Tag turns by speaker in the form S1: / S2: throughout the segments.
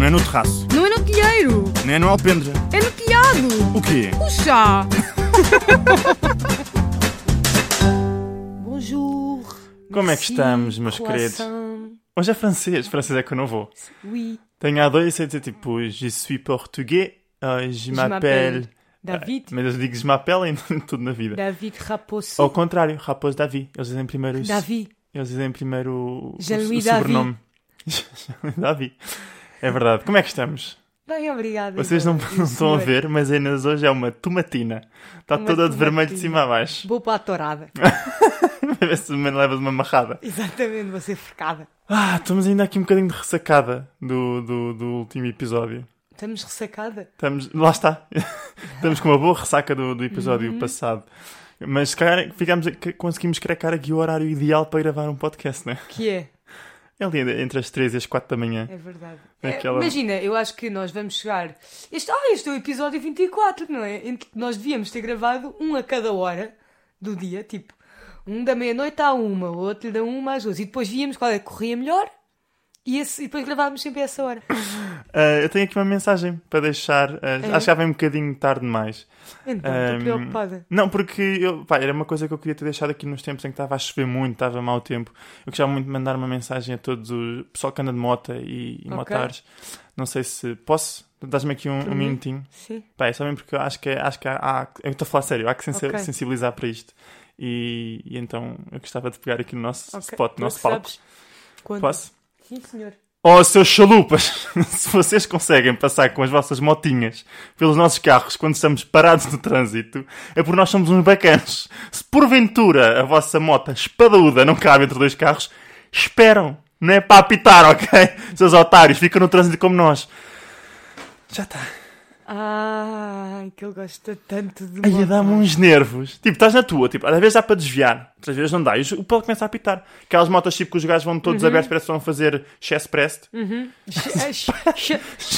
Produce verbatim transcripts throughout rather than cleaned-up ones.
S1: não é no terraço.
S2: Não é no telheiro.
S1: Nem é no alpendre.
S2: É no telhado.
S1: O quê?
S2: O chá. Bonjour.
S1: Como é que
S2: Merci,
S1: estamos, meus
S2: croissant.
S1: queridos? Hoje é francês. Francês é que eu não vou.
S2: Oui.
S1: Tenho A dois e sei dizer tipo, je suis portugais, uh, je m'appelle...
S2: David.
S1: Mas eu digo je m'appelle em tudo na vida.
S2: David Raposo.
S1: Ao contrário, Raposo Davi. Eles dizem primeiro... os-
S2: David.
S1: Eles dizem primeiro o, o,
S2: Jean-Louis
S1: o sobrenome. Jean-Louis Davi. É verdade. Como é que estamos?
S2: Bem, obrigada.
S1: Vocês não,
S2: Igor.
S1: não estão a
S2: Senhor.
S1: ver, mas a Inês hoje é uma tomatina. Está
S2: Uma
S1: toda de vermelho de
S2: tomatina.
S1: cima a baixo.
S2: Vou para a tourada.
S1: A ver se me levas uma marrada.
S2: Exatamente, vou ser frecada.
S1: Ah, estamos ainda aqui um bocadinho de ressacada do, do, do último episódio.
S2: Estamos ressacada.
S1: Estamos, lá está. Estamos com uma boa ressaca do, do episódio
S2: Uhum.
S1: passado. Mas se calhar ficamos, que- conseguimos cracar aqui o horário ideal para gravar um podcast, não é?
S2: Que é?
S1: É ali entre as três e as quatro da manhã.
S2: É verdade.
S1: Aquela-
S2: É, imagina, eu acho que nós vamos chegar... Este, ah, este é o episódio vinte e quatro, não é? Em que nós devíamos ter gravado um a cada hora do dia. Tipo, um da meia-noite à uma, o outro da uma às duas. E depois víamos qual é que corria melhor. E, esse, e depois gravávamos sempre a essa hora.
S1: Ah, eu tenho aqui uma mensagem para deixar. ah,
S2: É?
S1: Acho que já vem um bocadinho tarde demais.
S2: Então, estou
S1: Ahm,
S2: preocupada.
S1: Não, porque eu, pá, era uma coisa que eu queria ter deixado aqui nos tempos em que estava a chover muito, estava mau tempo. Eu gostava muito de mandar uma mensagem a todos o pessoal que anda de moto e, e
S2: Ok.
S1: motares. Não sei se posso. Dás-me aqui um,
S2: Por
S1: um
S2: mim?
S1: minutinho.
S2: Sim.
S1: Pá, é só mesmo porque eu acho que, é, acho que há, há- eu estou a falar sério, há que sensi-
S2: Ok.
S1: sensibilizar para isto. E, e então eu gostava de pegar aqui no nosso
S2: Ok.
S1: spot, no
S2: Tu
S1: nosso
S2: que
S1: palco.
S2: sabes quando?
S1: Posso?
S2: Sim, senhor.
S1: Oh, seus chalupas! Se vocês conseguem passar com as vossas motinhas pelos nossos carros quando estamos parados no trânsito, é porque nós somos uns bacanos. Se porventura a vossa moto espaduda não cabe entre dois carros, esperam. Não é para apitar, ok? Seus otários, ficam no trânsito como nós. Já está.
S2: Ai, que ele gosta tanto de
S1: Aí
S2: moto.
S1: dá-me uns nervos. Tipo, estás na tua, tipo, às vezes dá para desviar, outras vezes não dá. E o pelo começa a apitar. Aquelas motas tipo que os gajos vão todos abertos, parece que vão fazer chest press.
S2: Uhum. Che- che-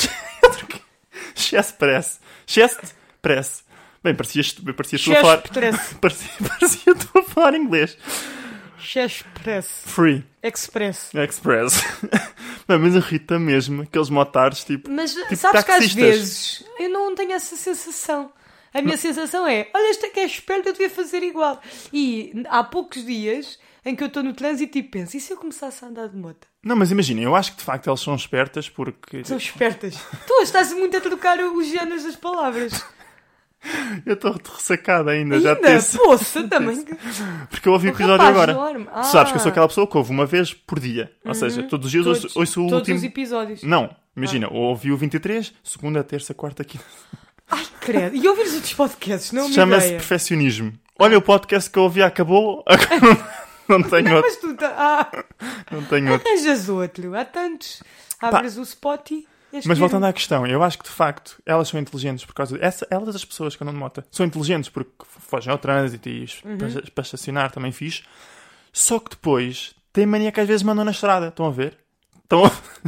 S1: Chest press. Chest press. Bem, parecia, parecia tu a
S2: Chest
S1: falar...
S2: press.
S1: Parecia, parecia tu a falar inglês.
S2: Chest press.
S1: Free.
S2: Express.
S1: Express. Bem, mas irrita mesmo aqueles motares, tipo...
S2: Mas
S1: Tipo
S2: sabes que às
S1: taxistas.
S2: vezes eu não tenho essa sensação. A minha sensação é, olha, este é que é esperto, eu devia fazer igual. E há poucos dias em que eu estou no trânsito e penso, e se eu começasse a andar de moto?
S1: Não, mas imagina, eu acho que de facto elas são espertas porque...
S2: São espertas. Tu estás muito a trocar os géneros das palavras.
S1: Eu estou ressacada ainda, já
S2: Ainda,
S1: disse.
S2: poça, também.
S1: Porque eu ouvi o
S2: O
S1: episódio
S2: rapaz
S1: agora.
S2: dorme.
S1: Tu sabes que eu sou
S2: Ah.
S1: aquela pessoa que ouve uma vez por dia. Ou seja, todos os dias ouço,
S2: Todos,
S1: ouço o
S2: todos
S1: último...
S2: os episódios.
S1: Não, imagina, ouvi o vinte e três, segunda, terça, quarta, quinta...
S2: Ai, credo. E ouvir os outros podcasts, não é uma
S1: Chama-se
S2: ideia.
S1: perfeccionismo. Olha, o podcast que eu ouvi acabou, agora não tenho outro.
S2: Mas tu tá... ah,
S1: Não tenho outro.
S2: arranjas outro. Há tantos. Abres o spot e...
S1: Mas voltando à questão, eu acho que de facto elas são inteligentes por causa... Essa, elas, as pessoas que andam de moto, são inteligentes porque fogem ao trânsito e
S2: Uhum.
S1: para, para estacionar também fixe. Só que depois tem mania que às vezes mandam na estrada. Estão a ver? Estão a...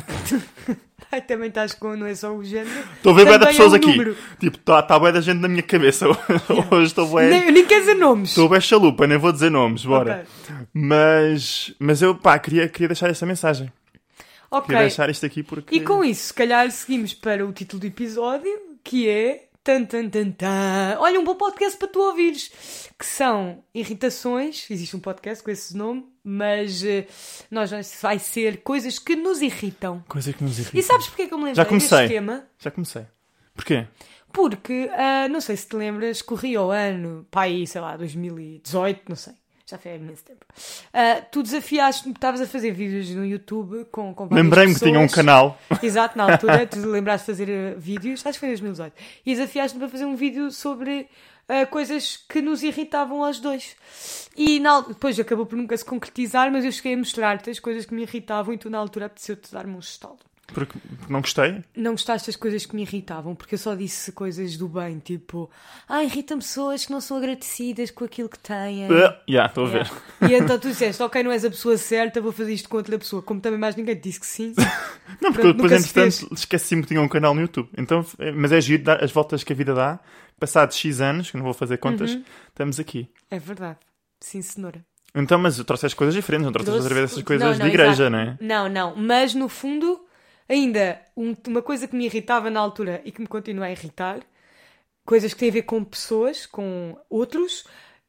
S2: Ai, também estás com, não é só o género.
S1: Estou a ver bué de
S2: Também é
S1: pessoas
S2: um
S1: aqui.
S2: número.
S1: Tipo, está tá bué da gente na minha cabeça. Hoje estou bué...
S2: Nem, eu nem quero dizer nomes.
S1: Estou bem chalupa, nem vou dizer nomes, bora.
S2: Ok.
S1: Mas, mas eu, pá, queria, queria deixar essa mensagem.
S2: Ok.
S1: Queria deixar isto aqui porque...
S2: E com isso, se calhar seguimos para o título do episódio, que é... Tan, tan, tan, tan. Olha, um bom podcast para tu ouvires. Que são irritações. Existe um podcast com esse nome. Mas eh, nós vai ser coisas que nos irritam.
S1: Coisa que nos irrita.
S2: E sabes porque é que eu me lembrei
S1: Já comecei.
S2: deste tema?
S1: Já comecei. Porquê?
S2: Porque, ah, não sei se te lembras, corria o ano, pá, aí, sei lá, dois mil e dezoito, não sei. Já foi há imenso tempo. Ah, tu desafiaste-me, estavas a fazer vídeos no YouTube com, com várias
S1: Lembrei-me que
S2: pessoas.
S1: tinha um canal.
S2: Exato, na altura, tu lembraste de fazer uh, vídeos, acho que foi em dois mil e dezoito. E desafiaste-me para fazer um vídeo sobre uh, coisas que nos irritavam aos dois. E na, al- depois acabou por nunca se concretizar, mas eu cheguei a mostrar-te as coisas que me irritavam e tu na altura apeteceu-te dar-me um estalo.
S1: Porque, porque não gostei.
S2: Não gostaste das coisas que me irritavam, porque eu só disse coisas do bem, tipo, ah, irritam pessoas que não são agradecidas com aquilo que têm.
S1: Já, yeah, estou a ver.
S2: Yeah. E então tu disseste, ok, não és a pessoa certa, vou fazer isto com outra pessoa. Como também mais ninguém te disse que sim.
S1: Não, porque eu
S2: Pronto,
S1: depois,
S2: nunca se
S1: entretanto, esqueci-me que tinha um canal no YouTube. Então, é- mas é giro, dá- as voltas que a vida dá. Passados X anos, que não vou fazer contas,
S2: Uhum.
S1: estamos aqui.
S2: É verdade. Sim, cenoura.
S1: Então, mas eu trouxe as coisas diferentes, não trouxe outra vez essas coisas
S2: Não,
S1: de
S2: não,
S1: igreja,
S2: exato.
S1: não é?
S2: Não, não. Mas, no fundo, Ainda, um- uma coisa que me irritava na altura e que me continua a irritar, coisas que têm a ver com pessoas, com outros,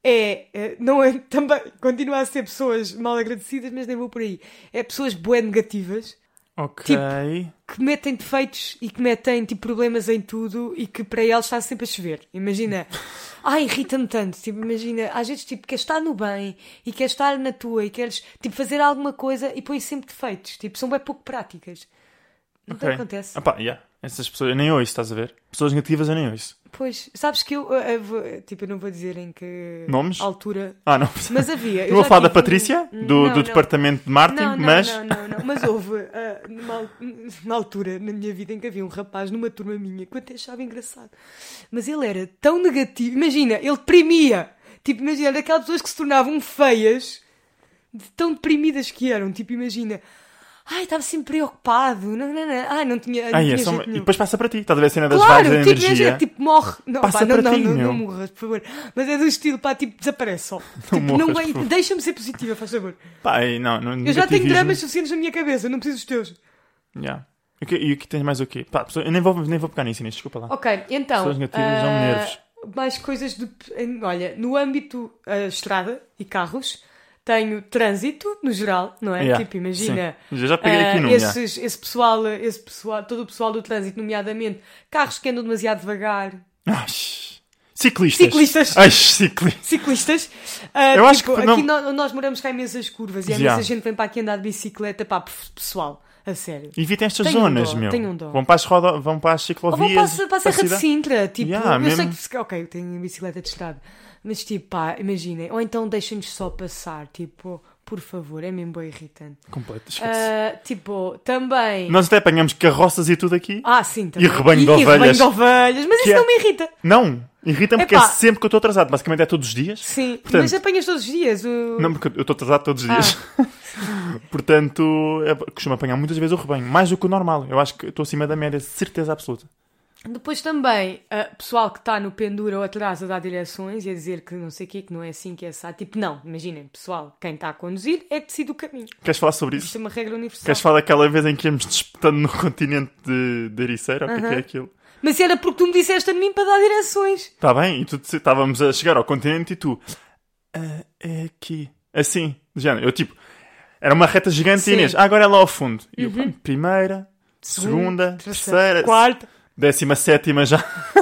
S2: é, é, não é, também, continua a ser pessoas mal agradecidas, mas nem vou por aí. É pessoas bué negativas,
S1: Ok.
S2: Tipo, que metem defeitos e que metem tipo, problemas em tudo e que para eles está sempre a chover. Imagina, ai, irrita-me tanto. Tipo, imagina, às vezes tipo, queres estar no bem e queres estar na tua e queres tipo, fazer alguma coisa e pões sempre defeitos. Tipo, são bem pouco práticas. Não
S1: Ok.
S2: acontece.
S1: Ah pá, yeah. Essas pessoas, eu nem ouço, estás a ver? Pessoas negativas eu nem ouço.
S2: Pois, sabes que eu, eu- eu vou- tipo, eu não vou dizer em que
S1: Nomes?
S2: altura,
S1: Ah, não.
S2: mas havia. eu
S1: Não vou
S2: já
S1: falar da
S2: tive um-
S1: Patrícia,
S2: um-
S1: do,
S2: não,
S1: do
S2: não.
S1: departamento de marketing,
S2: Não, não,
S1: mas...
S2: não, não, não. Mas houve ah, numa, al- numa altura na minha vida em que havia um rapaz numa turma minha que eu até achava engraçado. Mas ele era tão negativo. Imagina, ele deprimia. Tipo, imagina, era daquelas pessoas que se tornavam feias de tão deprimidas que eram. Tipo, imagina. Ai, estava sempre preocupado. Não, não, não. Ai, não tinha, não
S1: Ai,
S2: tinha
S1: é só uma-
S2: jeito
S1: E
S2: nenhum.
S1: depois passa para ti. Estás a ver a cena das
S2: Claro,
S1: vibes da
S2: tipo,
S1: energia?
S2: imagina, tipo, morre. Não,
S1: Passa
S2: pá, não,
S1: para
S2: não,
S1: ti,
S2: não,
S1: meu.
S2: não morras, por favor. Mas é do estilo, pá, tipo, desaparece só.
S1: Não
S2: Tipo, não
S1: morras,
S2: vem-
S1: por favor.
S2: deixa-me ser positiva, faz favor.
S1: Pá, e não, não,
S2: Eu já tenho
S1: negativismo.
S2: dramas suficientes na minha cabeça, não preciso dos teus.
S1: Yeah. E o que- E aqui tens mais o quê? Pá, pessoa- eu nem vou, nem vou pegar nisso, Inês, desculpa lá.
S2: Ok, então.
S1: Pessoas negativas dão-me
S2: ah,
S1: nervos.
S2: mais coisas de. Olha, no âmbito ah, estrada e carros, tenho trânsito, no geral, não é?
S1: Yeah,
S2: Tipo, imagina.
S1: sim. Eu já peguei aqui
S2: ah,
S1: num,
S2: esses, esse pessoal, esse pessoal, todo o pessoal do trânsito, nomeadamente carros que andam demasiado devagar,
S1: Ai, ciclistas.
S2: Ciclistas.
S1: Ai, ciclistas.
S2: ciclistas. Ah,
S1: Eu acho
S2: tipo,
S1: que não-
S2: aqui nó- nós moramos cá em imensas curvas e há
S1: Yeah.
S2: imensa gente que vem para aqui andar de bicicleta, pá, pessoal, a sério.
S1: Evitem estas
S2: Tenho um
S1: zonas,
S2: dó,
S1: meu.
S2: tenho um dó.
S1: Vão para as, roda... Vão para as
S2: Ou vão
S1: ciclovias.
S2: para, a- para a Serra de
S1: cidade.
S2: Sintra, tipo,
S1: Yeah,
S2: eu
S1: mesmo.
S2: sei que, ok, eu tenho bicicleta de estrada, mas tipo, pá, imaginem, ou então deixem-nos só passar, tipo, por favor, é mesmo bem irritante.
S1: Completo, esquece.
S2: Ah, tipo, também...
S1: Nós até apanhamos carroças e tudo aqui.
S2: Ah, sim, também.
S1: E rebanho de
S2: E rebanho
S1: ovelhas.
S2: de ovelhas, mas
S1: Que
S2: isso
S1: é-
S2: não me irrita.
S1: Não, irrita-me porque
S2: Epá.
S1: é sempre que eu estou atrasado. Basicamente é todos os dias.
S2: Sim,
S1: Portanto-
S2: mas apanhas todos os dias. O...
S1: Não, porque eu estou atrasado todos os
S2: Ah.
S1: dias. Portanto, é, costumo apanhar muitas vezes o rebanho. Mais do que o normal. Eu acho que estou acima da média, de certeza absoluta.
S2: Depois também, ah, pessoal que está no pendura ou atrás a dar direções e a dizer que não sei o quê, que não é assim, que é assim. Tipo, não, imaginem, pessoal, quem está a conduzir é que decide o caminho.
S1: Queres falar sobre
S2: Isto
S1: isso?
S2: é uma regra universal.
S1: Queres falar daquela vez em que íamos disputando no continente de, de Ericeira? O que é que é
S2: Aham.
S1: aquilo?
S2: Mas era porque tu me disseste a mim para dar direções.
S1: Está bem? E tu disse- estávamos a chegar ao continente e tu... "Ah, é aqui. Assim. de género. Eu tipo... Era uma reta gigante
S2: Sim.
S1: e Inês. Ah, agora é lá ao fundo. E eu, pronto, primeira, segunda, terceira...
S2: quarta.
S1: Décima sétima já.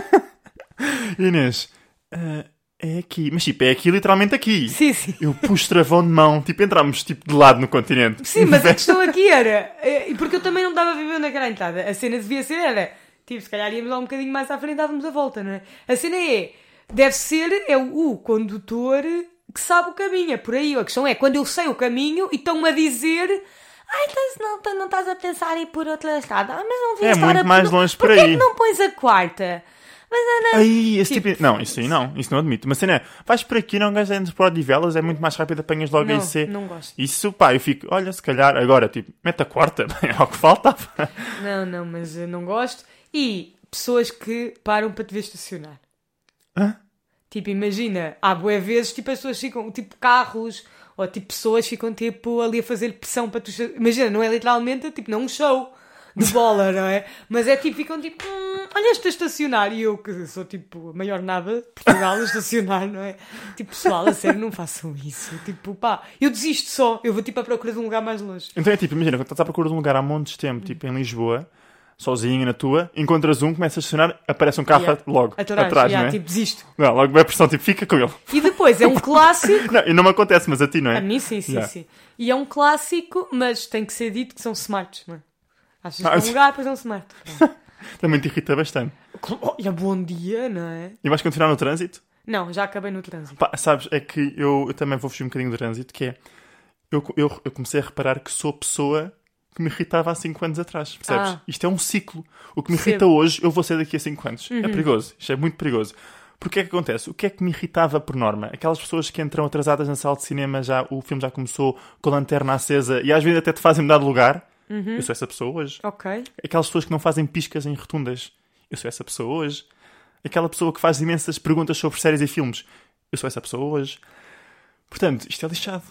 S1: Inês, ah, é aqui. Mas tipo, é aqui literalmente aqui.
S2: Sim, sim.
S1: Eu pus travão de mão. Tipo, entramos tipo, de lado no continente.
S2: Sim, mas a questão aqui era... eh, E porque eu também não estava a viver naquela entrada. A cena devia ser, era... Tipo, se calhar íamos lá um bocadinho mais à frente e dávamos a volta, não é? A cena é... Deve ser... É o, o condutor que sabe o caminho. É por aí. A questão é, quando eu sei o caminho e estão-me a dizer... Ai, então se não, não estás a pensar em ir por outra estrada. Ah, mas não devias
S1: É
S2: estar
S1: muito
S2: a...
S1: mais
S2: não-
S1: longe por
S2: Porquê
S1: aí.
S2: que não pões a quarta? Mas Ana...
S1: Ai, esse tipo...
S2: Tipo,
S1: Não, isso aí não. Isso não admito. Mas cena é, vais por aqui, não gastas por Odivelas, é muito mais rápido, apanhas logo a
S2: Não,
S1: I C.
S2: não gosto.
S1: Isso, pá, eu fico, olha, se calhar, agora, tipo, mete a quarta, é o que faltava.
S2: Não, não, mas eu não gosto. E pessoas que param para te ver estacionar.
S1: Hã?
S2: Tipo, imagina, há bué vezes, tipo, as pessoas ficam, tipo, carros, ou tipo, pessoas ficam, tipo, ali a fazer pressão para tu... esta- Imagina, não é literalmente, tipo, não um show de bola, não é? Mas é tipo, ficam tipo, hum, olha este a estacionar. E eu, que sou, tipo, a maior nada de Portugal a estacionar, não é? Tipo, pessoal, a sério, não façam isso. Tipo, pá, eu desisto só. Eu vou, tipo, à procura de um lugar mais longe.
S1: Então é tipo, imagina, quando estás à procura de um lugar há montes de tempo, tipo, em Lisboa, sozinho na tua, encontras um, começas a estacionar, aparece um carro
S2: Yeah.
S1: logo,
S2: Atrás,
S1: atrás,
S2: yeah,
S1: não é?
S2: tipo, desisto.
S1: Não, logo vai a pressão, tipo, fica com ele.
S2: E depois, é um clássico...
S1: Não, e não me acontece, mas a ti, não é?
S2: A mim sim, sim,
S1: Yeah.
S2: sim. E é um clássico, mas tem que ser dito que são smarts, não é? Achas que
S1: Ah,
S2: é um
S1: sim.
S2: lugar, depois é um smart. Pronto.
S1: Também te irrita bastante.
S2: Olha, bom dia, não é?
S1: E vais continuar no trânsito?
S2: Não, já acabei no trânsito.
S1: Pá, sabes, é que eu, eu também vou fugir um bocadinho do trânsito, que é, eu, eu, eu comecei a reparar que sou a pessoa que me irritava há cinco anos atrás, percebes?
S2: Ah.
S1: Isto é um ciclo. O que me
S2: Percebo.
S1: irrita hoje, eu vou ser daqui a cinco anos.
S2: Uhum.
S1: É perigoso. Isto é muito perigoso. Porque é que acontece? O que é que me irritava por norma? Aquelas pessoas que entram atrasadas na sala de cinema, já, o filme já começou com a lanterna acesa e às vezes até te fazem mudar de lugar.
S2: Uhum.
S1: Eu sou essa pessoa hoje.
S2: Ok.
S1: Aquelas pessoas que não fazem piscas em rotundas. Eu sou essa pessoa hoje. Aquela pessoa que faz imensas perguntas sobre séries e filmes. Eu sou essa pessoa hoje. Portanto, isto é lixado.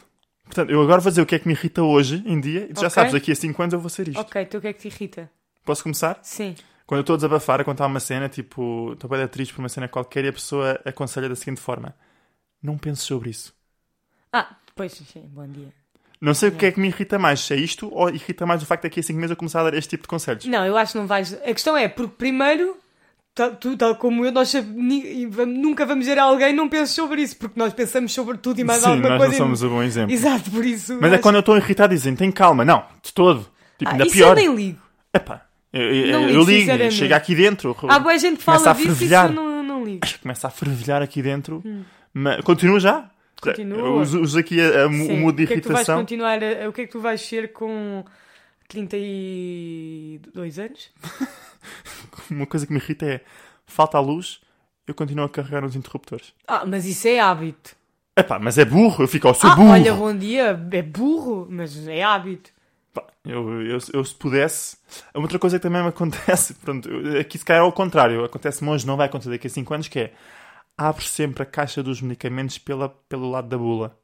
S1: Portanto, eu agora vou dizer o que é que me irrita hoje em dia. E tu já
S2: Ok.
S1: sabes, daqui a cinco anos eu vou ser isto.
S2: Ok, então o que é que te irrita?
S1: Posso começar?
S2: Sim.
S1: Quando eu estou a desabafar, a contar uma cena, tipo, estou bem triste por uma cena qualquer e a pessoa aconselha da seguinte forma: não penses sobre isso.
S2: Ah, pois, sim, bom dia.
S1: Não sei o que é que me irrita mais, se é isto ou irrita mais o facto de daqui a cinco meses eu começar a dar este tipo de conselhos.
S2: Não, eu acho que não vais... A questão é, porque primeiro, tal, tu, tal como eu, nós sab- ni- vamos- nunca vamos dizer a alguém não penses sobre isso, porque nós pensamos sobre tudo e mais
S1: Sim,
S2: alguma
S1: nós
S2: coisa.
S1: não somos o bom exemplo.
S2: Exato, por isso...
S1: Mas é
S2: acho-
S1: quando eu estou irritado dizem, tem calma. Não, de todo. Tipo,
S2: Ah,
S1: ainda
S2: isso
S1: pior.
S2: eu nem ligo.
S1: Epá, eu, eu,
S2: Não
S1: eu
S2: ligo,
S1: ligo,
S2: sinceramente.
S1: chega aqui dentro,
S2: Há boa gente que
S1: começa
S2: fala
S1: a
S2: disso e isso
S1: fervilhar.
S2: eu não, não ligo.
S1: Começa a fervilhar aqui dentro. Mas, continua já?
S2: Continua.
S1: Eu uso, uso aqui a, a,
S2: Sim.
S1: o mood de
S2: O que é que tu vais
S1: irritação.
S2: continuar a, o que é que tu vais ser com trinta e dois anos?
S1: Uma coisa que me irrita é, falta a luz, eu continuo a carregar nos interruptores.
S2: Ah, mas isso é hábito.
S1: Epá, mas é burro, eu fico ao seu
S2: Ah,
S1: burro.
S2: olha, bom dia, é burro, mas é hábito.
S1: Pá, eu, eu, eu se pudesse... Outra coisa que também me acontece, pronto, eu- aqui se calhar é ao contrário, acontece-me hoje, não vai acontecer daqui a cinco anos, que é, abre sempre a caixa dos medicamentos pela, pelo lado da bula.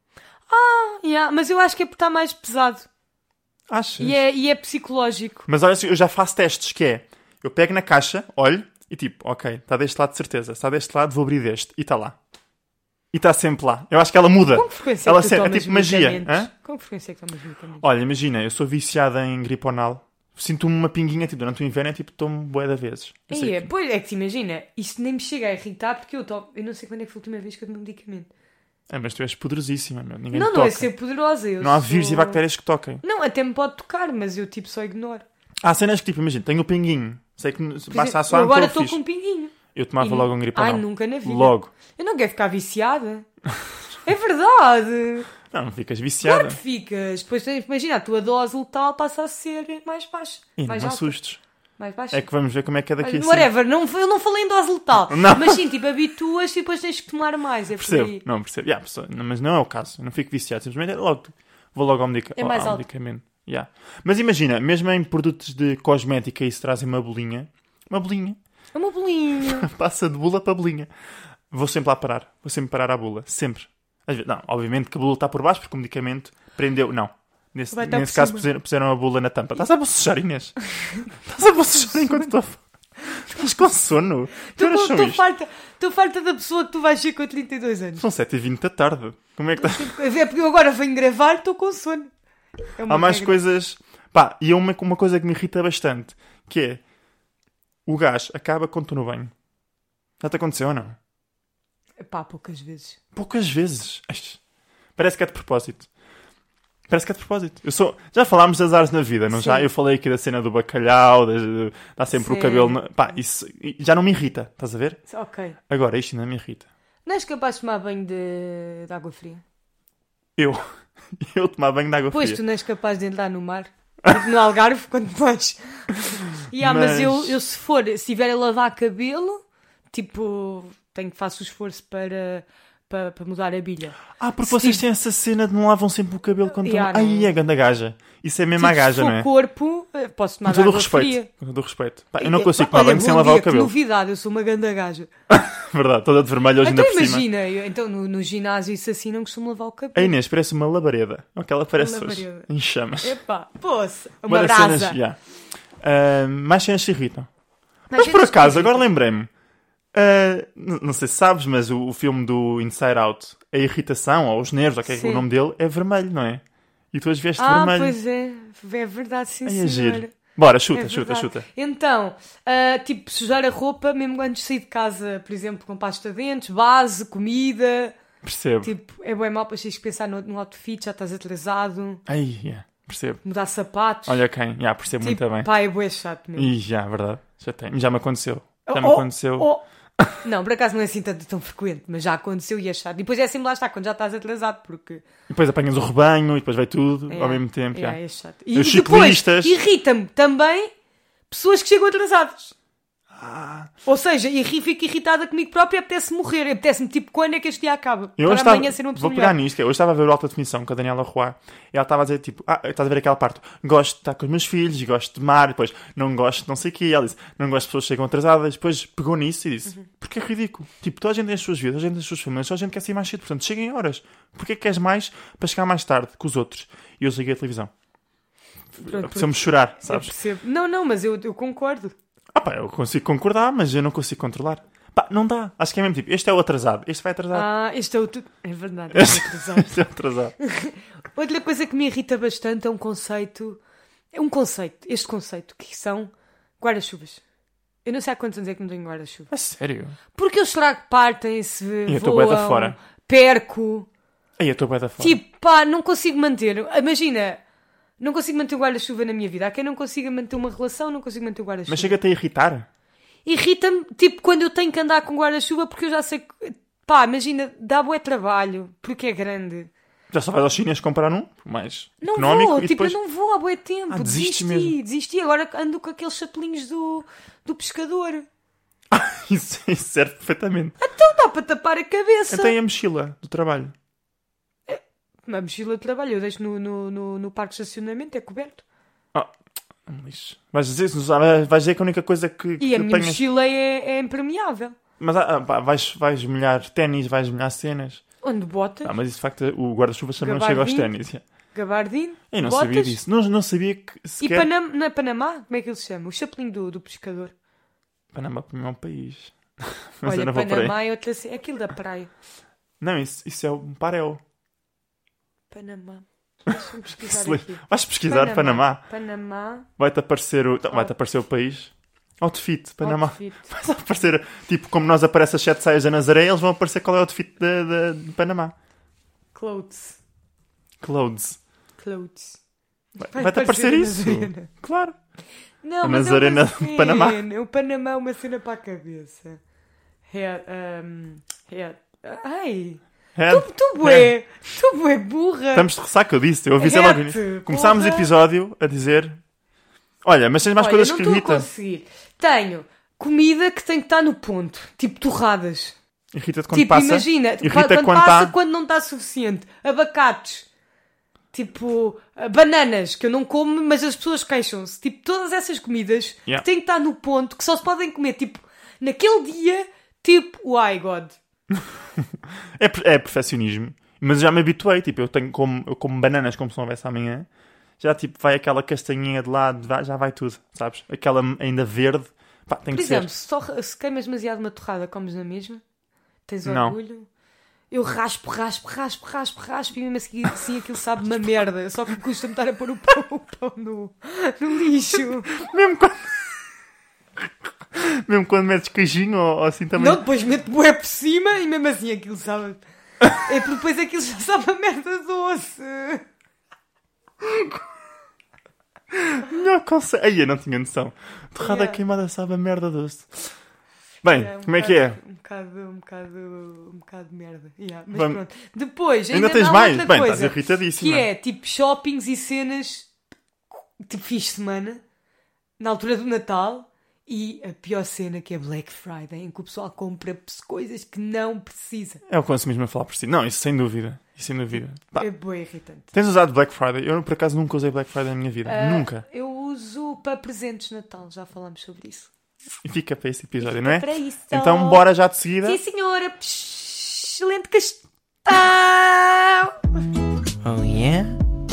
S2: Yeah, mas eu acho que é porque está mais pesado.
S1: Achas?
S2: E é, e é psicológico.
S1: Mas olha, eu já faço testes, que é, eu pego na caixa, olho, e tipo, ok, está deste lado de certeza, está deste lado, vou abrir deste, e está lá. E está sempre lá. Eu acho que ela muda.
S2: Com que frequência
S1: Ela
S2: é que tu
S1: se- é
S2: tomas
S1: tipo magia,
S2: medicamentos?
S1: hã?
S2: Com que frequência é que tomas medicamentos?
S1: Olha, imagina, eu sou viciada em griponal. Sinto-me uma pinguinha, tipo, durante o inverno, é tipo, tomo bué de vezes. Eu sei
S2: Aí é,
S1: que-
S2: pois é que te imagina, isto nem me chega a irritar porque eu tomo. Eu não sei quando é que foi a última vez que eu tomei medicamento.
S1: É, mas tu és poderosíssima, meu. Ninguém
S2: Não,
S1: te
S2: não é
S1: toca.
S2: ser poderosa. Eu
S1: Não há
S2: sou...
S1: vírus e bactérias que toquem.
S2: Não, até me pode tocar, mas eu tipo só ignoro.
S1: Há cenas que, tipo, imagina, tenho o pinguinho. Sei que
S2: Por
S1: basta
S2: exemplo,
S1: só
S2: eu agora
S1: estou
S2: estou com um pinguinho.
S1: Eu tomava
S2: E-
S1: logo um griponal.
S2: Ai, nunca na vida.
S1: Logo.
S2: Eu não quero ficar viciada. É verdade.
S1: Não, não ficas
S2: Claro
S1: viciada.
S2: que ficas. Depois tens- imagina, a tua dose letal passa a ser mais baixa.
S1: E não
S2: mais
S1: me
S2: alta.
S1: assustes.
S2: Mais baixa.
S1: É que vamos ver como é que é daqui a
S2: Olha,
S1: cinco.
S2: whatever, não, eu não falei em dose letal.
S1: Não.
S2: Mas sim, tipo, habituas e depois tens que tomar mais. É por
S1: Percebo,
S2: aí.
S1: não, percebo. Yeah, pessoa- não, mas não é o caso. Eu não fico viciado. Simplesmente é logo, vou logo ao, medica
S2: É mais
S1: ao
S2: alto.
S1: medicamento. Yeah. Mas imagina, mesmo em produtos de cosmética isso trazem uma bolinha. Uma bolinha.
S2: É uma bolinha.
S1: Passa de bula para bolinha. Vou sempre lá parar. Vou sempre parar à bula. Sempre. Às vezes, não, obviamente que a bula está por baixo porque o medicamento prendeu. Não. Nesse,
S2: Vai estar
S1: nesse
S2: por
S1: caso
S2: cima.
S1: puseram, puseram a bula na tampa. Estás a bocejar, Inês? Estás a bocejar enquanto estou a falar? Estás com sono? Que horas são
S2: Estou
S1: isto?
S2: farta, tô farta da pessoa que tu vais ser com trinta e dois anos.
S1: São sete e vinte da tarde. Como é que estás?
S2: É porque eu agora venho gravar e estou com sono. É uma
S1: Há mais
S2: regra.
S1: coisas... Pá, e é uma, uma coisa que me irrita bastante. Que é... O gás acaba quando estou no banho. Já te aconteceu ou não?
S2: Pá, poucas vezes.
S1: Poucas vezes. Ai, parece que é de propósito. Parece que é de propósito. Eu sou... Já falámos das áreas na vida, não
S2: Sim.
S1: já? Eu falei aqui da cena do bacalhau, de, de, dá sempre
S2: Sim.
S1: o cabelo... Na... Pá, isso já não me irrita, estás a ver?
S2: Ok.
S1: Agora, isto ainda me irrita.
S2: Não és capaz de tomar banho de, de água fria?
S1: Eu... Eu tomar banho de água
S2: Pois,
S1: fria.
S2: tu não és capaz de entrar no mar. Tipo, no Algarve, quando vais. Yeah, mas
S1: Mas-
S2: eu, eu, se for, se estiver a lavar cabelo, tipo, tenho que faço o esforço para, para, para mudar a bilha.
S1: Ah, porque
S2: Se
S1: vocês
S2: tive-
S1: têm essa cena de não lavam sempre o cabelo quando
S2: Yeah,
S1: estão...
S2: não.
S1: Ai, é ganda gaja. Isso é mesmo
S2: Tipo,
S1: a gaja,
S2: se for
S1: não é?
S2: corpo, eh, posso tomar
S1: Com todo o
S2: água
S1: respeito.
S2: fria.
S1: Com todo o respeito. Pá, eu não
S2: Eh,
S1: consigo
S2: pá,
S1: tomar
S2: olha,
S1: banho sem
S2: bom
S1: lavar
S2: dia,
S1: o cabelo.
S2: Que novidade, eu sou uma ganda gaja.
S1: Verdade, toda de vermelho hoje
S2: Então
S1: ainda por cima.
S2: imagina, eu- então no, no ginásio isso assim não costumo lavar o cabelo.
S1: A Inês parece uma labareda. É o que ela parece
S2: Uma
S1: hoje.
S2: labareda.
S1: Em chamas.
S2: Epá, poça, uma
S1: Bué das
S2: brasa.
S1: cenas, yeah. Ah, mais cenas se irritam.
S2: Mas
S1: Mas por
S2: cenas que
S1: acaso,
S2: irritam.
S1: agora lembrei-me. ah, n- não sei se sabes, mas o, o filme do Inside Out, a irritação, ou os nervos, ou o que é que
S2: Sim.
S1: o nome dele, é vermelho, não é? E tu as veste
S2: Ah,
S1: vermelho.
S2: pois é, é verdade, sim,
S1: Ai, é
S2: senhora.
S1: giro. Bora, chuta,
S2: É
S1: chuta,
S2: verdade.
S1: chuta.
S2: Então, ah, tipo, sujar a roupa, mesmo antes de sair de casa, por exemplo, com pasta de dentes, base, comida.
S1: Percebo.
S2: Tipo, é bem mal, depois tens que pensar no, no outfit, já estás atrasado.
S1: Ai, yeah, percebo.
S2: Mudar sapatos.
S1: Olha quem, já percebo
S2: tipo,
S1: muito bem.
S2: pá, é bué chato mesmo.
S1: E já, verdade. Já tem. Já me aconteceu. Já me
S2: Oh,
S1: aconteceu.
S2: oh. Não, por acaso não é assim tanto tão frequente, mas já aconteceu e é chato. E depois é assim, lá está, quando já estás atrasado, porque...
S1: E depois apanhas o rebanho e depois vai tudo
S2: É,
S1: ao mesmo tempo.
S2: é,
S1: já.
S2: é chato. E,
S1: Os
S2: e depois,
S1: ciclistas.
S2: irrita-me também pessoas que chegam atrasadas.
S1: Ah.
S2: Ou seja, e ri- fico irritada comigo própria e apetece morrer. Apetece-me, tipo, quando é que este dia acaba?
S1: Eu
S2: Para
S1: hoje estava,
S2: amanhã ser uma pessoa
S1: vou pegar
S2: melhor.
S1: nisto, que eu hoje estava a ver o Alta Definição com a Daniela Roy e ela estava a dizer tipo, ah, estás a ver aquela parte, gosto de estar com os meus filhos, gosto de mar, depois não gosto de não sei o quê, e ela disse, não gosto de pessoas que chegam atrasadas, depois pegou nisso e disse, porque é ridículo, tipo, toda a gente tem as suas vidas, toda a gente tem as suas famílias, toda a gente quer sair mais cedo, portanto, cheguem em horas, porque é que queres mais para chegar mais tarde que os outros? E eu liguei a televisão.
S2: Pronto,
S1: Apeteceu-me chorar,
S2: eu
S1: sabes?
S2: percebo. Não, não, mas eu, eu concordo.
S1: Ah pá, eu consigo concordar, mas eu não consigo controlar. Pá, não dá. Acho que é mesmo tipo, este é o atrasado, este vai atrasar.
S2: Ah, este é o... tu- É verdade. é atrasado.
S1: Este é o atrasado.
S2: Outra coisa que me irrita bastante é um conceito... É um conceito. Este conceito, que são guarda-chuvas. Eu não sei há quantos anos é que não tenho guarda-chuva.
S1: A sério?
S2: Porque eu estrago, partem-se,
S1: eu tô bué da
S2: voam,
S1: fora.
S2: perco.
S1: Aí eu estou bem da fora.
S2: Tipo, pá, não consigo manter. Imagina, não consigo manter o guarda-chuva na minha vida. Há quem não consiga manter uma relação, não consigo manter o guarda-chuva.
S1: Mas chega-te a irritar?
S2: Irrita-me, tipo, quando eu tenho que andar com guarda-chuva, porque eu já sei que, pá, imagina, dá bué trabalho, porque é grande.
S1: Já só vais aos chineses comprar um, mais
S2: Não
S1: económico,
S2: vou,
S1: e
S2: tipo,
S1: depois...
S2: eu não vou há bué tempo.
S1: Ah, desistes
S2: desisti,
S1: mesmo.
S2: desisti. Agora ando com aqueles chapelinhos do, do pescador.
S1: isso, isso serve perfeitamente.
S2: Então dá para tapar a cabeça.
S1: Então e a mochila do trabalho?
S2: Uma mochila de trabalho, eu deixo no, no, no, no parque de estacionamento, é coberto.
S1: Ah, um lixo. Vais dizer, vais dizer que a única coisa que,
S2: E
S1: que
S2: a minha
S1: apanhas...
S2: mochila é, é impermeável.
S1: Mas ah, pá, vais, vais molhar ténis, vais molhar cenas.
S2: Onde botas,
S1: Ah, mas isso de facto, o guarda-chuva também não chega aos
S2: Gabardine.
S1: ténis. Yeah.
S2: gabardine,
S1: Eu não
S2: botas.
S1: sabia disso. Não, não sabia que
S2: E
S1: sequer...
S2: Panam não é Panamá? Como é que ele se chama? O chapelinho do, do pescador.
S1: Panamá para mim é um país. Mas eu
S2: Olha,
S1: não vou por aí.
S2: Panamá é outra... ce- é aquilo da praia.
S1: Não, isso, isso é um parel.
S2: Panamá. Deixa-me pesquisar
S1: Se lê-
S2: aqui.
S1: Vais pesquisar Panamá.
S2: Panamá.
S1: Vai-te aparecer o, vai-te aparecer o país. Outfit, Panamá.
S2: Outfit.
S1: Vai aparecer, tipo, como nós aparece as sete saias da Nazaré, eles vão aparecer qual é o outfit de, de, de Panamá.
S2: Clothes.
S1: Clothes.
S2: Clothes.
S1: Vai- Vai-te aparecer
S2: a
S1: isso.
S2: Nazarena.
S1: Claro.
S2: Não,
S1: A
S2: mas
S1: Nazarena
S2: é
S1: de
S2: uma
S1: Panamá.
S2: cena. O Panamá é uma cena para a cabeça. Head, um, head. Ai!
S1: É.
S2: Tu, tu bué! Tu bué burra!
S1: Estamos de ressaca, eu disse. Eu avisei logo.
S2: Rete,
S1: nisso. Começámos o
S2: porra.
S1: episódio a dizer... Olha, mas tens mais
S2: Olha,
S1: coisas
S2: não
S1: que
S2: estou a
S1: irritam.
S2: conseguir. Tenho comida que tem que estar no ponto. Tipo torradas.
S1: Irrita-te quando
S2: tipo,
S1: passa.
S2: imagina,
S1: Irrita
S2: quando,
S1: quando
S2: passa,
S1: tá...
S2: quando não está suficiente. Abacates. Tipo, ah, bananas, que eu não como, mas as pessoas queixam-se. Tipo, todas essas comidas
S1: Yeah.
S2: que têm que estar no ponto, que só se podem comer, tipo, naquele dia, tipo, why God.
S1: É, per- é perfeccionismo. Mas já me habituei. Tipo, eu, tenho como, eu como bananas como se não houvesse amanhã. Já, tipo, vai aquela castanhinha de lado, vai- já vai tudo, sabes? Aquela ainda verde. Pá, tem
S2: Por
S1: que
S2: exemplo,
S1: ser.
S2: se, só, se queimas demasiado uma torrada, comes na mesma? Tens
S1: Não.
S2: orgulho? Eu raspo, raspo, raspo, raspo, raspo e mesmo assim, assim aquilo sabe uma merda. Só que custa-me estar a pôr o pão, o pão no, no lixo.
S1: Mesmo quando... Mesmo quando metes queijinho ou, ou assim também.
S2: Não, depois meto bué por cima e mesmo assim aquilo sabe... É porque depois aquilo já sabe a merda doce.
S1: Não consegue. Aí eu não tinha noção. Torrada
S2: Yeah.
S1: queimada sabe a merda doce. Bem,
S2: É, um
S1: como é que é?
S2: bocado- Um bocado, um bocado, um bocado de merda. Yeah, mas
S1: Vamos-
S2: pronto. Depois,
S1: Ainda
S2: ainda,
S1: tens
S2: há
S1: mais?
S2: outra
S1: Bem,
S2: coisa,
S1: estás irritadíssima.
S2: que é tipo shoppings e cenas tipo fim de semana, na altura do Natal, e a pior cena que é Black Friday, em que o pessoal compra coisas que não precisa.
S1: É o consumismo a falar por si. Não, isso sem dúvida. Isso sem dúvida. Pá,
S2: É bem irritante.
S1: tens usado Black Friday? Eu por acaso nunca usei Black Friday na minha vida.
S2: Ah,
S1: Nunca.
S2: Eu uso para presentes de Natal, já falámos sobre isso.
S1: E fica para esse episódio, não é?
S2: Para isso.
S1: Então bora já de seguida.
S2: Sim, senhora. Psh, excelente questão.
S3: Oh yeah?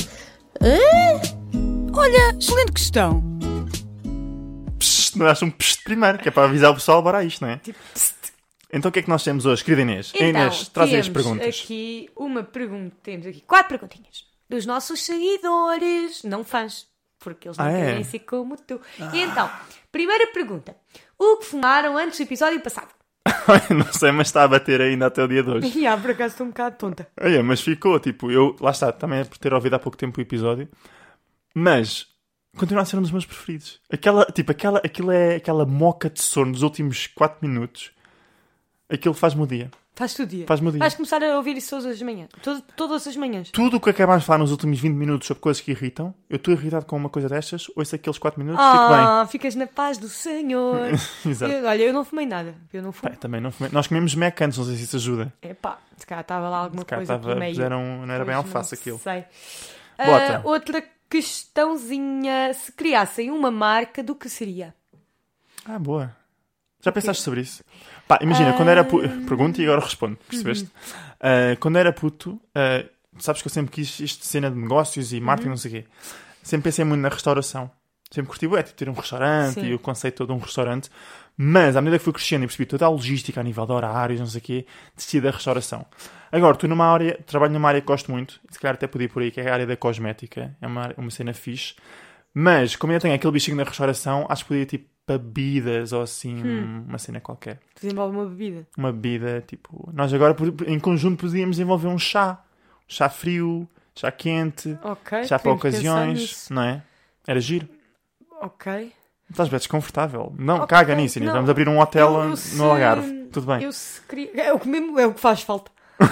S2: Olha, excelente questão.
S1: Psst, não acham um psst primeiro, que é para avisar o pessoal, bora a isto, não é?
S2: Tipo, pst.
S1: Então o que é que nós temos hoje, querida Inês?
S2: Então,
S1: Inês, traz aí as
S2: temos
S1: perguntas.
S2: aqui uma pergunta. Temos aqui quatro perguntinhas. Dos nossos seguidores, não fãs. Porque eles não
S1: Ah, é?
S2: querem ser como tu. E então, primeira pergunta. O que fumaram antes do episódio passado?
S1: Não sei, mas está a bater ainda até o dia de hoje.
S2: E ah, por acaso estou um bocado tonta.
S1: Olha, mas ficou, tipo, eu, lá está, também é por ter ouvido há pouco tempo o episódio, mas continua a ser um dos meus preferidos. Aquela, tipo, aquela, aquilo é aquela moca de sono dos últimos quatro minutos. Aquilo faz-me o dia.
S2: Faz-te o dia.
S1: Faz-me o dia.
S2: Vais começar a ouvir isso todas as manhãs. Todo, todas as manhãs.
S1: Tudo o que acabámos de falar nos últimos vinte minutos sobre coisas que irritam, eu estou irritado com uma coisa destas, ouço aqueles quatro minutos, fico bem.
S2: Ah, ficas na paz do Senhor.
S1: Exato.
S2: Eu, olha, eu não fumei nada. Eu não fumo.
S1: Bem, também não fumei. Nós comemos Mac antes, não sei se isso ajuda.
S2: Epá, se calhar estava lá alguma
S1: Se calhar
S2: coisa
S1: estava,
S2: pelo meio.
S1: puseram, não era bem
S2: Pois,
S1: alface
S2: não
S1: aquilo.
S2: sei.
S1: Bota.
S2: Ah, outra questãozinha. Se criassem uma marca, do que seria?
S1: Ah, boa. Já pensaste sobre isso? Pá, imagina, quando era puto... Pergunta e agora respondo, percebeste? Uh, quando era puto, uh, sabes que eu sempre quis isto de cena de negócios e marketing, não sei o quê. Sempre pensei muito na restauração. Sempre curti, é, tipo, ter um restaurante
S2: Sim.
S1: e o conceito todo de um restaurante. Mas, à medida que fui crescendo e percebi toda a logística a nível de horários, não sei o quê, decidi da restauração. Agora, estou numa área, trabalho numa área que gosto muito, se calhar até podia ir por aí, que é a área da cosmética. É uma, área- uma cena fixe. Mas, como eu tenho aquele bichinho na restauração, acho que podia ir, tipo, para bebidas ou assim, uma cena qualquer.
S2: Desenvolve uma bebida.
S1: Uma bebida, tipo... Nós agora, por- em conjunto, podíamos desenvolver um chá. Chá frio, chá quente,
S2: Ok.
S1: chá para
S2: podemos pensar
S1: ocasiões,
S2: nisso.
S1: não é? Era giro.
S2: Ok.
S1: Estás bem desconfortável. Não,
S2: Ok,
S1: caga nisso, Inês.
S2: não.
S1: Vamos abrir um hotel
S2: Eu- eu
S1: no
S2: se-
S1: Algarve. Tudo bem.
S2: Eu se queria... É o que mesmo é o que faz falta.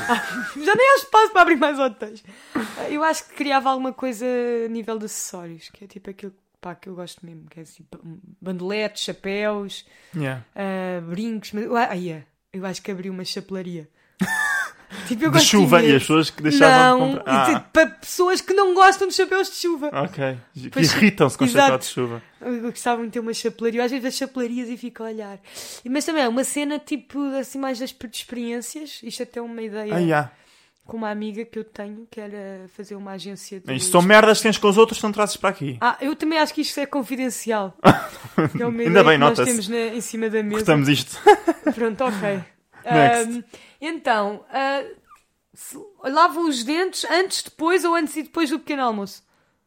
S2: Já nem há espaço para abrir mais hotéis. Eu acho que criava alguma coisa a nível de acessórios, que é tipo aquilo pá, que eu gosto mesmo, que é assim, bandeletes, chapéus,
S1: Yeah.
S2: ah, brincos. Mas, ah, yeah, eu acho que abri uma chapelaria. Tipo, eu
S1: De
S2: gosto
S1: chuva e
S2: imenso.
S1: as pessoas que deixavam
S2: Não,
S1: de comprar.
S2: e, tipo, para pessoas que não gostam de chapéus de chuva.
S1: Ah, ok. Que
S2: Pois,
S1: irritam-se com
S2: exato.
S1: chapéu de chuva.
S2: Eu gostava muito de ter uma chapelaria. Eu às vezes das chapelarias e fico a olhar. Mas também é uma cena tipo assim mais das de experiências. Isto até é uma ideia
S1: Ah, yeah.
S2: com uma amiga que eu tenho que era fazer uma agência de...
S1: Isto são merdas que tens com os outros, não trazes para aqui.
S2: Ah, eu também acho que isto é confidencial. Que é uma
S1: Ainda
S2: ideia
S1: bem,
S2: que nós
S1: nota-se.
S2: temos na- em cima da mesa.
S1: Cortamos isto.
S2: Pronto, ok.
S1: Next.
S2: Ahm, então, ah, se- lavam os dentes antes, depois ou antes e depois do pequeno almoço?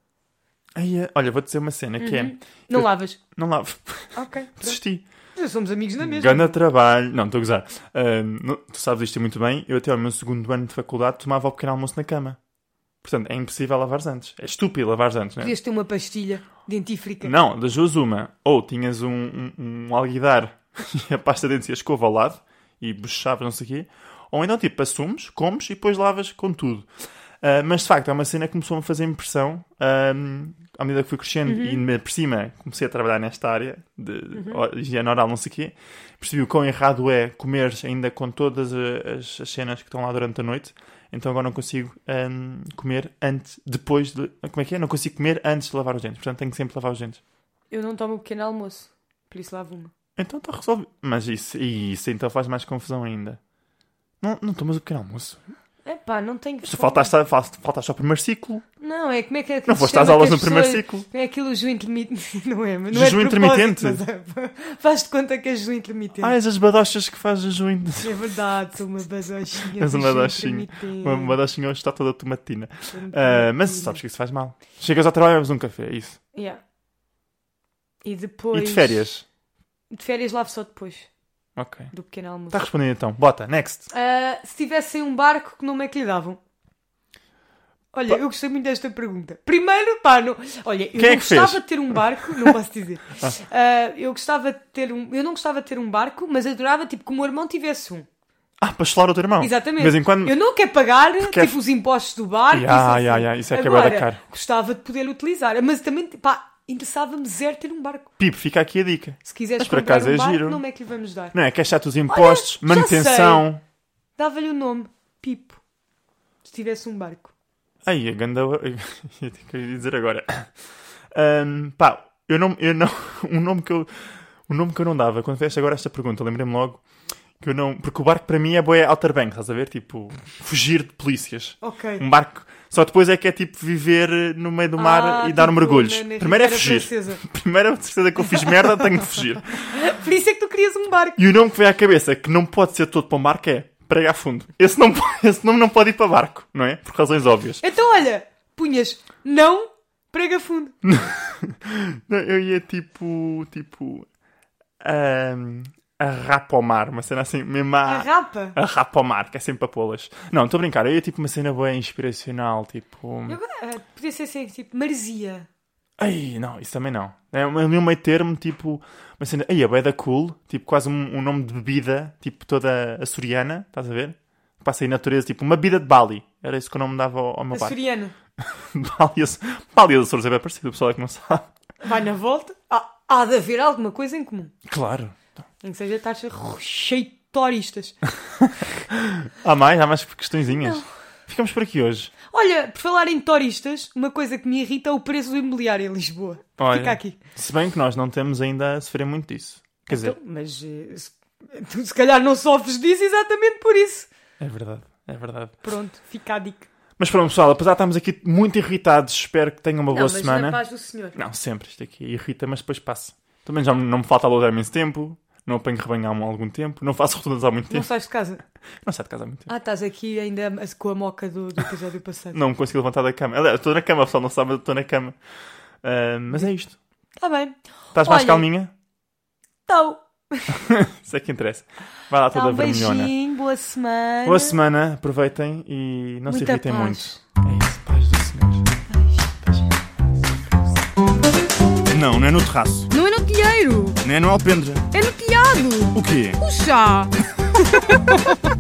S1: Ai, é- olha, vou dizer uma cena que é...
S2: Não
S1: Eu-
S2: lavas?
S1: Não lavo.
S2: Ok. pronto.
S1: Desisti.
S2: Já somos amigos na mesma.
S1: Ganda trabalho. Não, estou a gozar. Ahm, não- tu sabes isto muito bem. Eu até ao meu segundo ano de faculdade tomava o pequeno almoço na cama. Portanto, é impossível lavares antes. É estúpido lavares antes, não é?
S2: Podias ter uma pastilha dentífrica.
S1: Não, das duas uma. Ou tinhas um, um, um alguidar e a pasta de dentes e a escova ao lado e bochechavas, não sei o quê. Ou então, tipo, assumes, comes e depois lavas com tudo. Ah, mas, de facto, é uma cena que começou-me a fazer impressão ahm, à medida que fui crescendo e, ainda por cima, comecei a trabalhar nesta área de de higiene oral, não sei o quê. Percebi o quão errado é comer ainda com todas as, as cenas que estão lá durante a noite. Então agora não consigo ahm, comer antes, depois de... Como é que é? Não consigo comer antes de lavar os dentes. Portanto, tenho que sempre lavar os dentes.
S2: Eu não tomo pequeno almoço. Por isso lavo uma.
S1: Então está resolvido. Mas isso, e isso então faz mais confusão ainda. Não, não tomas o pequeno almoço.
S2: Epá, não tenho...
S1: Tu faltaste, a- fal- faltaste ao primeiro ciclo.
S2: Não, é como é que é que
S1: Não
S2: se
S1: foste
S2: chama
S1: às aulas
S2: que
S1: no
S2: as
S1: primeiro
S2: pessoas-
S1: ciclo.
S2: É aquilo jejum intermitente. Não é? Não
S1: Jejum
S2: é de propósito,
S1: intermitente?
S2: mas é- Faz-te conta que é jejum intermitente.
S1: Ah, és as badochas que fazes jejum.
S2: É verdade, sou uma badochinha.
S1: És
S2: de
S1: uma
S2: jejum
S1: badochinha.
S2: intermitente.
S1: Uma badochinha hoje está toda tomatina.
S2: Intermitente.
S1: Ah, mas sabes que isso faz mal. Chegas ao trabalho e bebes um café, é isso.
S2: Yeah. E depois...
S1: E de férias?
S2: De férias lavo só depois
S1: Ok.
S2: do pequeno almoço.
S1: Está respondido então. Bota, next.
S2: Ah, se tivessem um barco, que nome é que lhe davam? Olha,
S1: Pa-
S2: eu gostei muito desta pergunta. Primeiro, pá, não... olha, eu
S1: Quem
S2: não
S1: é que fez?
S2: gostava de ter um barco, não posso dizer. Ah, eu gostava de ter um... Eu não gostava de ter um barco, mas adorava, tipo, que o meu irmão tivesse um.
S1: Ah, para chelar o teu irmão.
S2: Exatamente.
S1: De vez em quando...
S2: Eu não quero pagar,
S1: Porque é-
S2: tipo, os impostos do barco.
S1: Ya,
S2: isso assim.
S1: ya, ya, isso é que é bué da
S2: Agora,
S1: caro.
S2: gostava de poder utilizar. Mas também, pá, interessava-me zero ter um barco.
S1: Pipo, fica aqui a dica.
S2: Se quiseres
S1: Mas por
S2: comprar
S1: acaso
S2: um
S1: é
S2: barco,
S1: giro.
S2: nome é que lhe vamos dar?
S1: Não é? Queres chato os impostos,
S2: já
S1: manutenção...
S2: Dava-lhe o nome. Pipo. Se tivesse um barco.
S1: Ai, a ganda... Eu queria dizer agora. Ahm, pá, eu não... Eu não... Um nome que eu... Um nome que eu não dava. Quando fizeste agora esta pergunta, lembrei-me logo que eu não... Porque o barco para mim é bué Outer Banks, estás a ver? Tipo, fugir de polícias.
S2: Ok.
S1: Um barco... Só depois é que é tipo viver no meio do mar
S2: Ah,
S1: e dar
S2: tipo,
S1: mergulhos.
S2: na- na
S1: Primeiro é
S2: Riviera
S1: fugir.
S2: Francesa.
S1: Primeiro é certeza que eu fiz merda, tenho de fugir.
S2: Por isso é que tu querias um barco.
S1: E o nome que vem à cabeça, que não pode ser todo para um barco, é Prega a Fundo. Esse nome, esse nome não pode ir para barco, não é? Por razões óbvias.
S2: Então, olha, punhas não prega fundo.
S1: Não, eu ia tipo... Tipo... Um, arrapa ao mar. Uma cena assim, mesmo
S2: A
S1: a...
S2: rapa.
S1: Arrapa ao mar, que é sempre para pô-las. Não, estou a brincar. Eu ia tipo uma cena bem inspiracional, tipo...
S2: Eu, ah, podia ser assim, tipo, maresia.
S1: Ai, não, isso também não. É um um meio termo, tipo, uma cena, ai, a beda cool, tipo, quase um, um nome de bebida, tipo, toda açoriana, estás a ver? Passa aí na natureza, tipo, uma bebida de Bali. Era isso que o nome dava ao, ao meu pai.
S2: Açoriano.
S1: Bali, Bali e Açores é bem parecido, o pessoal é que não sabe.
S2: Vai na volta. Há, há de haver alguma coisa em comum.
S1: Claro.
S2: Em que seja taxa cheio de turistas.
S1: Há mais? Há mais questõezinhas? Não. Ficamos por aqui hoje.
S2: Olha, por falar em turistas, uma coisa que me irrita é o preço do imobiliário em Lisboa.
S1: Olha,
S2: fica aqui.
S1: Se bem que nós não temos ainda a sofrer muito disso. Quer
S2: então,
S1: dizer...
S2: Mas uh, se, tu se calhar não sofres disso exatamente por isso.
S1: É verdade, é verdade.
S2: Pronto, fica a dica.
S1: Mas pronto, pessoal, apesar de estarmos aqui muito irritados, espero que tenham uma
S2: não,
S1: boa
S2: mas
S1: semana.
S2: Na paz do Senhor.
S1: Não, sempre. Isto aqui irrita, mas depois passa. Também já não me falta alugar imenso tempo. Não apanho rebanho há algum tempo. Não faço rotundas há muito tempo.
S2: Não sais de casa?
S1: Não saio de casa há muito tempo.
S2: Ah, estás aqui ainda com a moca do, do episódio passado.
S1: Não me consigo levantar da cama. Aliás, estou na cama, o pessoal não sabe, mas estou na cama. Uh, mas é isto.
S2: Está bem.
S1: Estás mais calminha?
S2: Estou.
S1: Isso é que interessa. Vai lá toda
S2: tá, um
S1: vermelhona.
S2: Beijinho, boa semana.
S1: Boa semana, aproveitem e não
S2: Muita
S1: se irritem
S2: paz.
S1: muito. É isso, paz do Senhor. Não, não é no terraço.
S2: Não é no telheiro.
S1: Nem é no alpendre.
S2: É no telhado.
S1: O quê?
S2: O chá.